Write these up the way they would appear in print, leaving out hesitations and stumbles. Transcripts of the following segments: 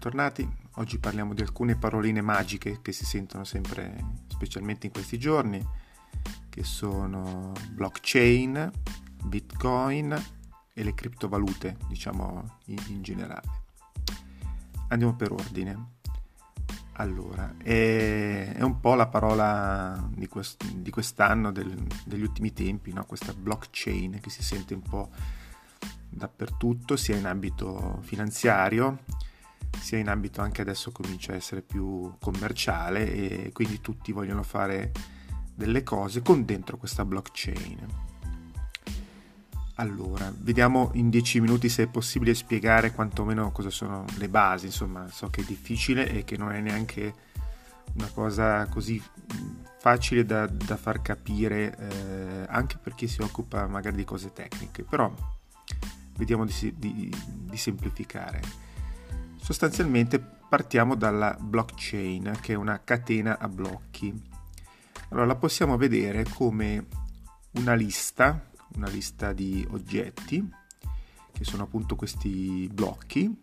bentornati. Oggi parliamo di alcune paroline magiche che si sentono sempre, specialmente in questi giorni, che sono blockchain, bitcoin e le criptovalute, diciamo in generale. Andiamo per ordine. Allora, è un po' la parola di quest'anno, degli ultimi tempi, no? Questa blockchain che si sente un po' dappertutto, sia in ambito finanziario, sia in ambito anche adesso comincia a essere più commerciale e quindi tutti vogliono fare delle cose con dentro questa blockchain. Allora, vediamo in 10 minuti se è possibile spiegare quantomeno cosa sono le basi. Insomma, so che è difficile e che non è neanche una cosa così facile da far capire anche per chi si occupa magari di cose tecniche, però vediamo di semplificare. Sostanzialmente partiamo dalla blockchain, che è una catena a blocchi. Allora, la possiamo vedere come una lista di oggetti, che sono appunto questi blocchi.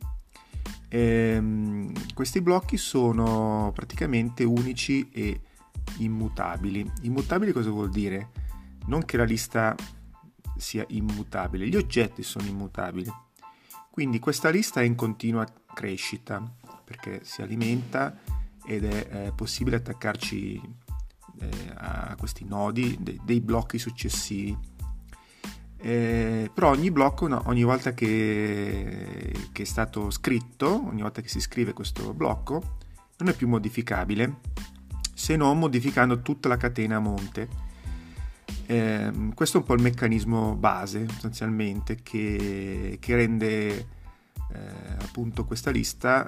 Questi blocchi sono praticamente unici e immutabili. Immutabili cosa vuol dire? Non che la lista sia immutabile, gli oggetti sono immutabili. Quindi questa lista è in continua crescita perché si alimenta ed è possibile attaccarci a questi nodi dei blocchi successivi. Però ogni blocco, no, ogni volta che è stato scritto, ogni volta che si scrive questo blocco, non è più modificabile se non modificando tutta la catena a monte. Questo è un po' il meccanismo base sostanzialmente che rende appunto questa lista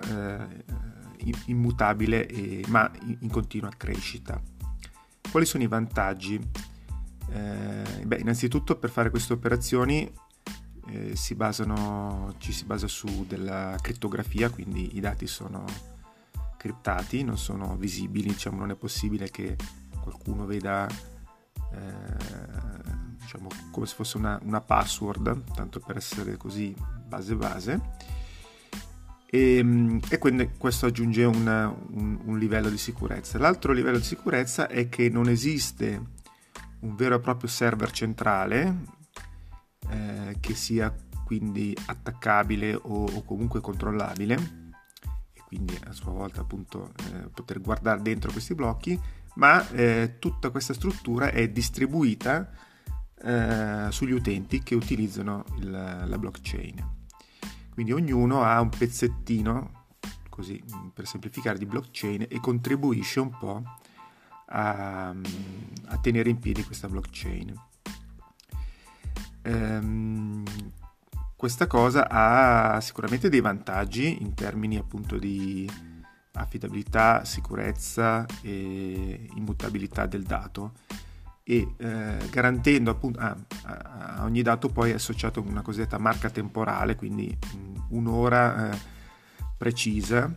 immutabile ma in continua crescita. Quali sono i vantaggi? Innanzitutto per fare queste operazioni ci si basa su della crittografia, quindi i dati sono criptati, non sono visibili, diciamo, non è possibile che qualcuno veda diciamo come se fosse una password, tanto per essere così base e quindi questo aggiunge un livello di sicurezza. L'altro livello di sicurezza è che non esiste un vero e proprio server centrale che sia quindi attaccabile o comunque controllabile e quindi a sua volta appunto poter guardare dentro questi blocchi, ma tutta questa struttura è distribuita sugli utenti che utilizzano la blockchain. Quindi ognuno ha un pezzettino, così per semplificare, di blockchain e contribuisce un po' a tenere in piedi questa blockchain. Questa cosa ha sicuramente dei vantaggi in termini appunto di affidabilità, sicurezza e immutabilità del dato e garantendo appunto a ogni dato poi è associato una cosiddetta marca temporale, quindi un'ora precisa.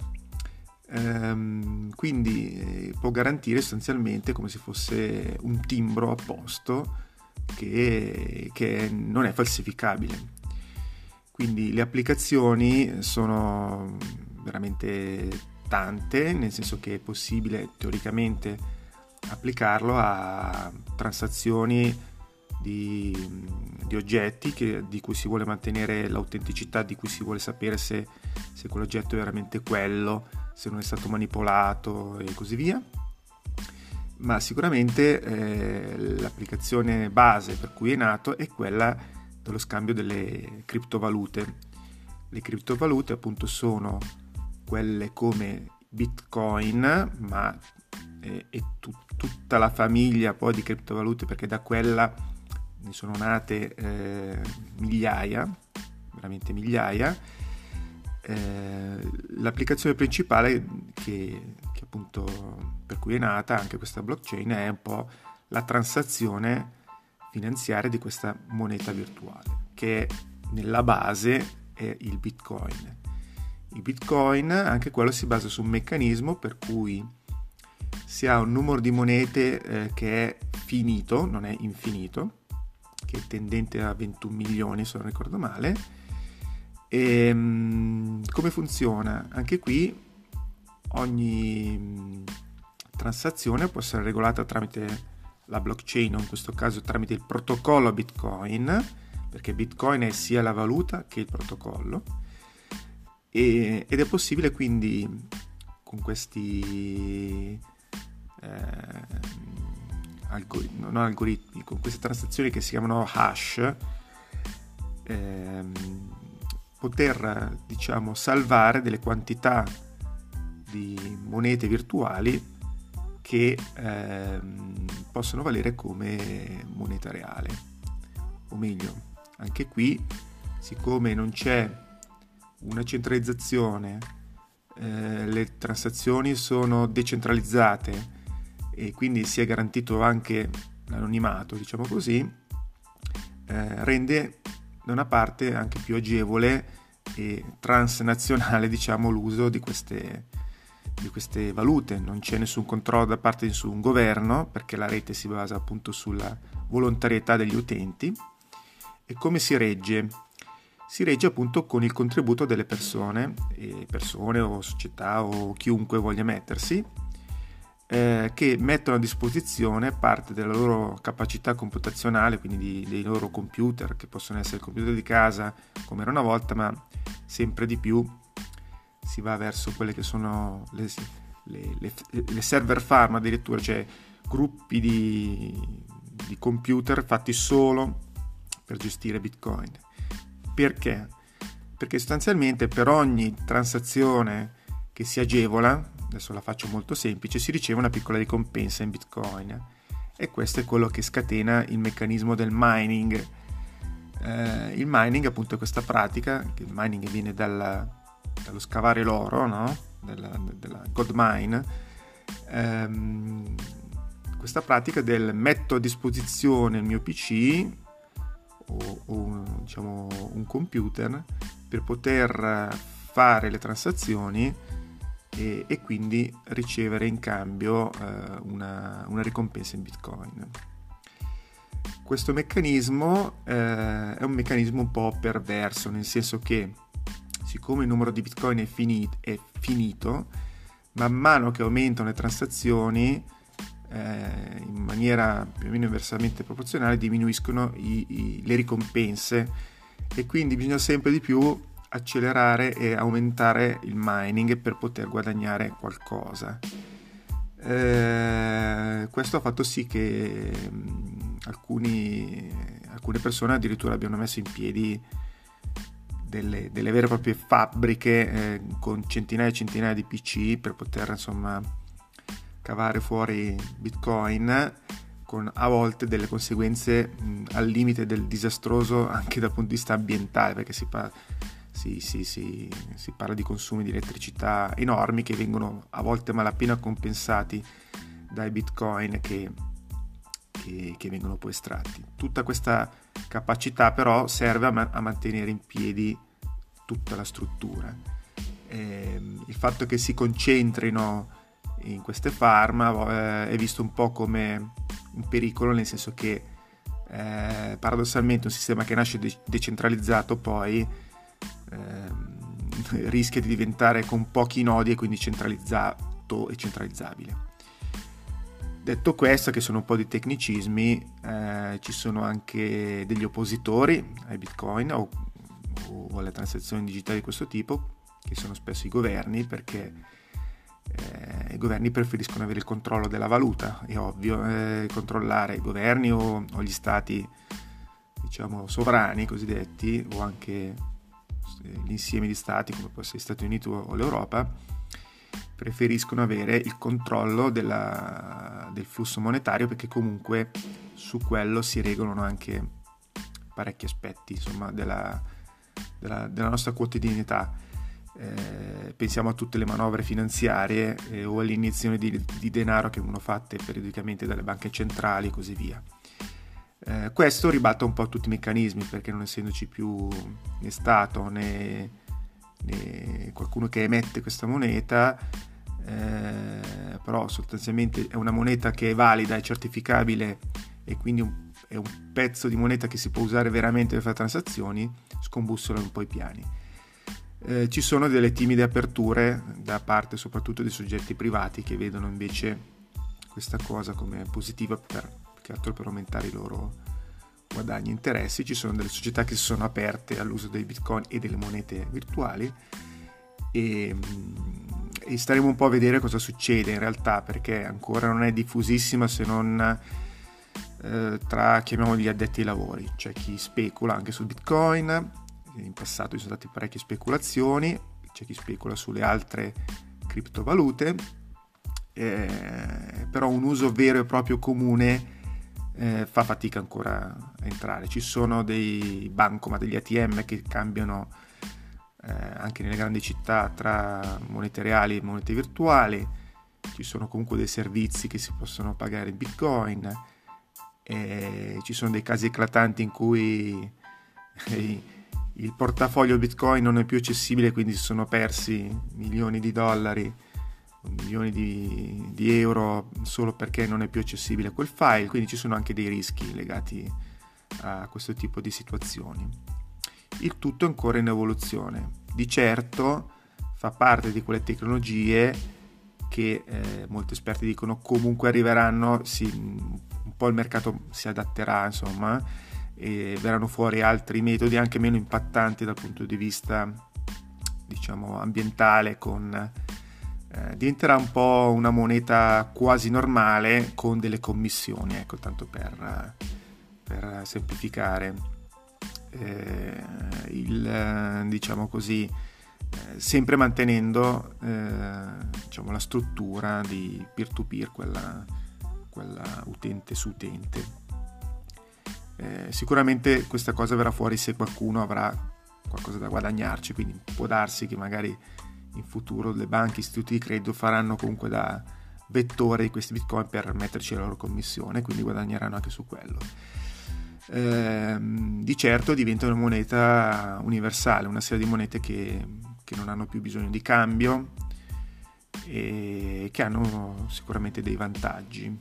Quindi può garantire sostanzialmente come se fosse un timbro a posto che non è falsificabile. Quindi le applicazioni sono veramente tante, nel senso che è possibile teoricamente applicarlo a transazioni di oggetti di cui si vuole mantenere l'autenticità, di cui si vuole sapere se quell'oggetto è veramente quello, se non è stato manipolato e così via. Ma sicuramente l'applicazione base per cui è nato è quella dello scambio delle criptovalute. Le criptovalute appunto sono quelle come Bitcoin, ma è tutta la famiglia poi di criptovalute, perché da quella ne sono nate migliaia, veramente migliaia. L'applicazione principale che appunto per cui è nata anche questa blockchain è un po' la transazione finanziaria di questa moneta virtuale, che nella base è il Bitcoin. Il Bitcoin, anche quello, si basa su un meccanismo per cui si ha un numero di monete che è finito, non è infinito, che è tendente a 21 milioni se non ricordo male, Come funziona? Anche qui ogni transazione può essere regolata tramite la blockchain, o in questo caso tramite il protocollo Bitcoin, perché Bitcoin è sia la valuta che il protocollo, ed è possibile quindi con questi algoritmi, con queste transazioni che si chiamano hash, poter, diciamo, salvare delle quantità di monete virtuali che possono valere come moneta reale. O meglio, anche qui, siccome non c'è una centralizzazione, le transazioni sono decentralizzate e quindi si è garantito anche l'anonimato, diciamo così, rende da una parte anche più agevole e transnazionale, diciamo, l'uso di queste valute. Non c'è nessun controllo da parte di nessun governo, perché la rete si basa appunto sulla volontarietà degli utenti. E come si regge? Si regge appunto con il contributo delle persone o società o chiunque voglia mettersi, che mettono a disposizione parte della loro capacità computazionale, quindi dei loro computer, che possono essere computer di casa come era una volta, ma sempre di più si va verso quelle che sono le server farm, addirittura, cioè gruppi di computer fatti solo per gestire Bitcoin. Perché? Perché sostanzialmente per ogni transazione che si agevola, adesso la faccio molto semplice, si riceve una piccola ricompensa in Bitcoin, e questo è quello che scatena il meccanismo del mining. Il mining appunto è questa pratica, che il mining viene dallo scavare l'oro, no? della gold mine, questa pratica del metto a disposizione il mio PC o diciamo un computer per poter fare le transazioni e quindi ricevere in cambio una ricompensa in Bitcoin. Questo meccanismo è un meccanismo un po' perverso, nel senso che siccome il numero di Bitcoin è finito, man mano che aumentano le transazioni in maniera più o meno inversamente proporzionale diminuiscono le ricompense, e quindi bisogna sempre di più accelerare e aumentare il mining per poter guadagnare qualcosa. Questo ha fatto sì che alcune persone addirittura abbiano messo in piedi delle vere e proprie fabbriche con centinaia e centinaia di PC per poter insomma cavare fuori Bitcoin, con a volte delle conseguenze al limite del disastroso anche dal punto di vista ambientale, perché si parla di consumi di elettricità enormi che vengono a volte malapena compensati dai Bitcoin che vengono poi estratti. Tutta questa capacità però serve a mantenere in piedi tutta la struttura. Il fatto che si concentrino in queste farm è visto un po' come un pericolo, nel senso che paradossalmente un sistema che nasce decentralizzato poi rischia di diventare con pochi nodi e quindi centralizzato e centralizzabile. Detto questo, che sono un po' di tecnicismi, ci sono anche degli oppositori ai Bitcoin o alle transazioni digitali di questo tipo, che sono spesso i governi, perché i governi preferiscono avere il controllo della valuta, è ovvio, controllare i governi o gli stati, diciamo, sovrani cosiddetti, o anche l'insieme di stati come può essere gli Stati Uniti o l'Europa, preferiscono avere il controllo del flusso monetario, perché comunque su quello si regolano anche parecchi aspetti, insomma, della nostra quotidianità. Pensiamo a tutte le manovre finanziarie o alle iniezioni di denaro che vengono fatte periodicamente dalle banche centrali e così via. Questo ribatte un po' tutti i meccanismi, perché non essendoci più né Stato né qualcuno che emette questa moneta, però sostanzialmente è una moneta che è valida, è certificabile, e quindi è un pezzo di moneta che si può usare veramente per fare transazioni, scombussola un po' i piani. Ci sono delle timide aperture da parte soprattutto dei soggetti privati che vedono invece questa cosa come positiva più che altro per aumentare i loro guadagni e interessi. Ci sono delle società che si sono aperte all'uso dei bitcoin e delle monete virtuali e staremo un po' a vedere cosa succede in realtà, perché ancora non è diffusissima se non tra, chiamiamoli, gli addetti ai lavori. C'è chi specula anche sul bitcoin, in passato ci sono state parecchie speculazioni, c'è chi specula sulle altre criptovalute, però un uso vero e proprio comune fa fatica ancora a entrare. Ci sono dei bancomat, degli ATM che cambiano anche nelle grandi città tra monete reali e monete virtuali, ci sono comunque dei servizi che si possono pagare in bitcoin, ci sono dei casi eclatanti in cui il portafoglio bitcoin non è più accessibile, quindi si sono persi milioni di dollari, milioni di euro solo perché non è più accessibile quel file. Quindi ci sono anche dei rischi legati a questo tipo di situazioni. Il tutto è ancora in evoluzione. Di certo fa parte di quelle tecnologie che molti esperti dicono comunque arriveranno, un po' il mercato si adatterà, insomma, e verranno fuori altri metodi anche meno impattanti dal punto di vista, diciamo, ambientale, diventerà un po' una moneta quasi normale con delle commissioni, ecco, tanto per semplificare, diciamo così, sempre mantenendo diciamo la struttura di peer-to-peer, quella utente su utente. Sicuramente questa cosa verrà fuori se qualcuno avrà qualcosa da guadagnarci, quindi può darsi che magari in futuro le banche, istituti di credito faranno comunque da vettore di questi bitcoin per metterci la loro commissione, quindi guadagneranno anche su quello. Di certo diventa una moneta universale, una serie di monete che non hanno più bisogno di cambio e che hanno sicuramente dei vantaggi.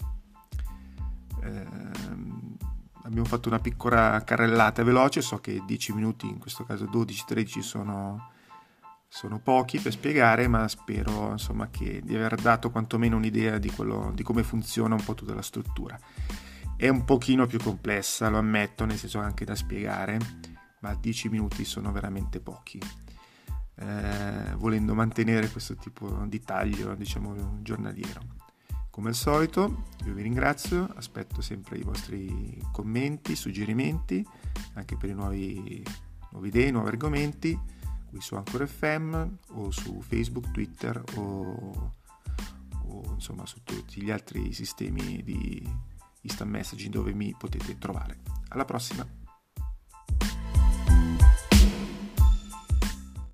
Abbiamo fatto una piccola carrellata veloce, so che 10 minuti, in questo caso 12-13 sono pochi per spiegare, ma spero, insomma, di aver dato quantomeno un'idea di come funziona un po' tutta la struttura. È un pochino più complessa, lo ammetto, nel senso anche da spiegare, ma 10 minuti sono veramente pochi, volendo mantenere questo tipo di taglio, diciamo, giornaliero. Come al solito io vi ringrazio, aspetto sempre i vostri commenti, suggerimenti, anche per i nuove idee, nuovi argomenti, qui su Anchor FM o su Facebook, Twitter o insomma su tutti gli altri sistemi di instant messaging dove mi potete trovare. Alla prossima!